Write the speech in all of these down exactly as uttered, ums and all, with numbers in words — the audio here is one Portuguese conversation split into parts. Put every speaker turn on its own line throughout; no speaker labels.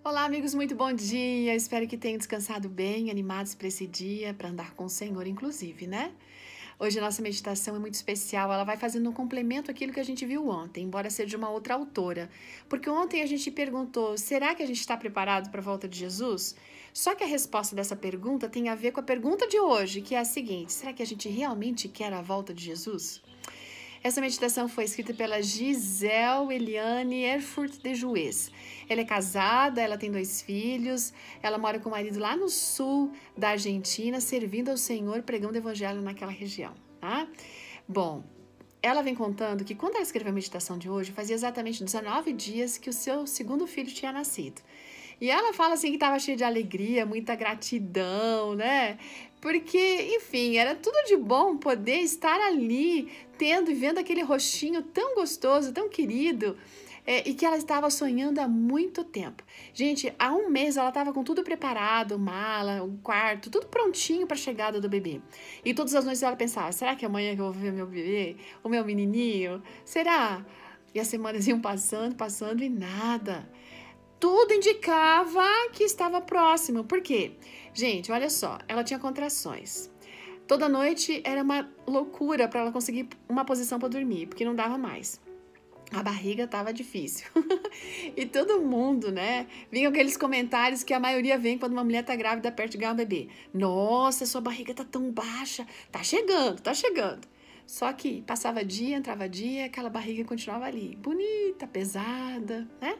Olá, amigos, muito bom dia. Espero que tenham descansado bem, animados para esse dia, para andar com o Senhor, inclusive, né? Hoje a nossa meditação é muito especial, ela vai fazendo um complemento àquilo que a gente viu ontem, embora seja de uma outra autora. Porque ontem a gente perguntou, será que a gente está preparado para a volta de Jesus? Só que a resposta dessa pergunta tem a ver com a pergunta de hoje, que é a seguinte, será que a gente realmente quer a volta de Jesus? Essa meditação foi escrita pela Gisele Eliane Erfurt de Juez. Ela é casada, ela tem dois filhos, ela mora com o marido lá no sul da Argentina, servindo ao Senhor, pregando o evangelho naquela região, tá? Bom, ela vem contando que quando ela escreveu a meditação de hoje, fazia exatamente dezenove dias que o seu segundo filho tinha nascido. E ela fala assim que estava cheia de alegria, muita gratidão, né? Porque, enfim, era tudo de bom poder estar ali, tendo e vendo aquele rostinho tão gostoso, tão querido, é, e que ela estava sonhando há muito tempo. Gente, há um mês ela estava com tudo preparado, mala, o quarto, tudo prontinho para a chegada do bebê. E todas as noites ela pensava, será que amanhã que eu vou ver meu bebê, o meu menininho? Será? E as semanas iam passando, passando e nada. Tudo indicava que estava próximo. Por quê? Gente, olha só, ela tinha contrações. Toda noite era uma loucura para ela conseguir uma posição para dormir, porque não dava mais. A barriga estava difícil. E todo mundo, né? Vinham aqueles comentários que a maioria vem quando uma mulher tá grávida perto de ganhar um bebê. Nossa, sua barriga tá tão baixa. Tá chegando, tá chegando. Só que passava dia, entrava dia, aquela barriga continuava ali. Bonita, pesada, né?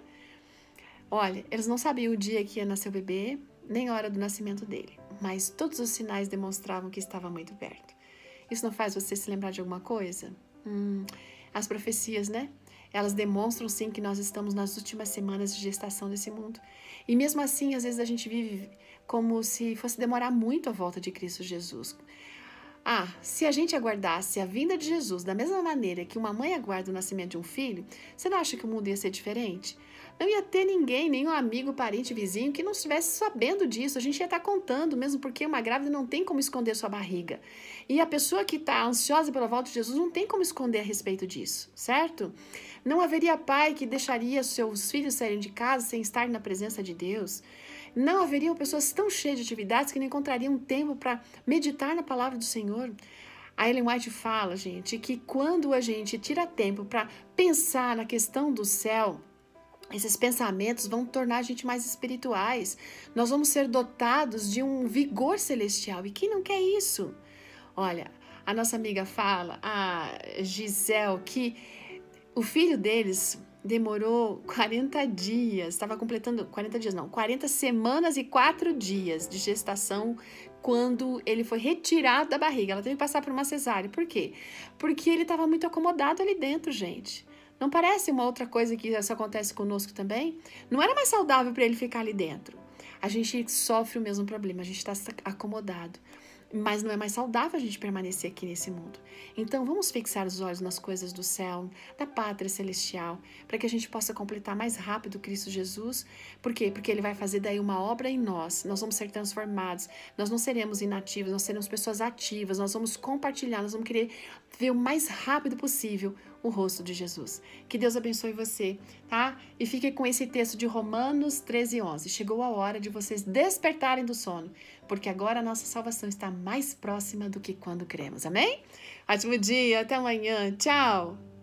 Olha, eles não sabiam o dia que ia nascer o bebê, nem a hora do nascimento dele, mas todos os sinais demonstravam que estava muito perto. Isso não faz você se lembrar de alguma coisa? Hum, as profecias, né? Elas demonstram sim que nós estamos nas últimas semanas de gestação desse mundo. E mesmo assim, às vezes a gente vive como se fosse demorar muito a volta de Cristo Jesus. Ah, se a gente aguardasse a vinda de Jesus da mesma maneira que uma mãe aguarda o nascimento de um filho, você não acha que o mundo ia ser diferente? Não ia ter ninguém, nenhum amigo, parente, vizinho que não estivesse sabendo disso. A gente ia estar contando, mesmo porque uma grávida não tem como esconder sua barriga. E a pessoa que está ansiosa pela volta de Jesus não tem como esconder a respeito disso, certo? Não haveria pai que deixaria seus filhos saírem de casa sem estar na presença de Deus. Não haveriam pessoas tão cheias de atividades que não encontrariam tempo para meditar na palavra do Senhor. A Ellen White fala, gente, que quando a gente tira tempo para pensar na questão do céu, esses pensamentos vão tornar a gente mais espirituais. Nós vamos ser dotados de um vigor celestial. E quem não quer isso? Olha, a nossa amiga fala, a Gisele, que o filho deles demorou quarenta dias, estava completando, quarenta dias não, quarenta semanas e quatro dias de gestação quando ele foi retirado da barriga. Ela teve que passar por uma cesárea. Por quê? Porque ele estava muito acomodado ali dentro, gente. Não parece uma outra coisa que isso acontece conosco também? Não era mais saudável para ele ficar ali dentro. A gente sofre o mesmo problema, a gente está acomodado. Mas não é mais saudável a gente permanecer aqui nesse mundo. Então vamos fixar os olhos nas coisas do céu, da pátria celestial, para que a gente possa completar mais rápido Cristo Jesus. Por quê? Porque Ele vai fazer daí uma obra em nós. Nós vamos ser transformados. Nós não seremos inativos, nós seremos pessoas ativas. Nós vamos compartilhar, nós vamos querer ver o mais rápido possível o rosto de Jesus. Que Deus abençoe você, tá? E fique com esse texto de Romanos treze, onze. Chegou a hora de vocês despertarem do sono, porque agora a nossa salvação está mais próxima do que quando cremos. Amém? Ótimo dia, até amanhã. Tchau!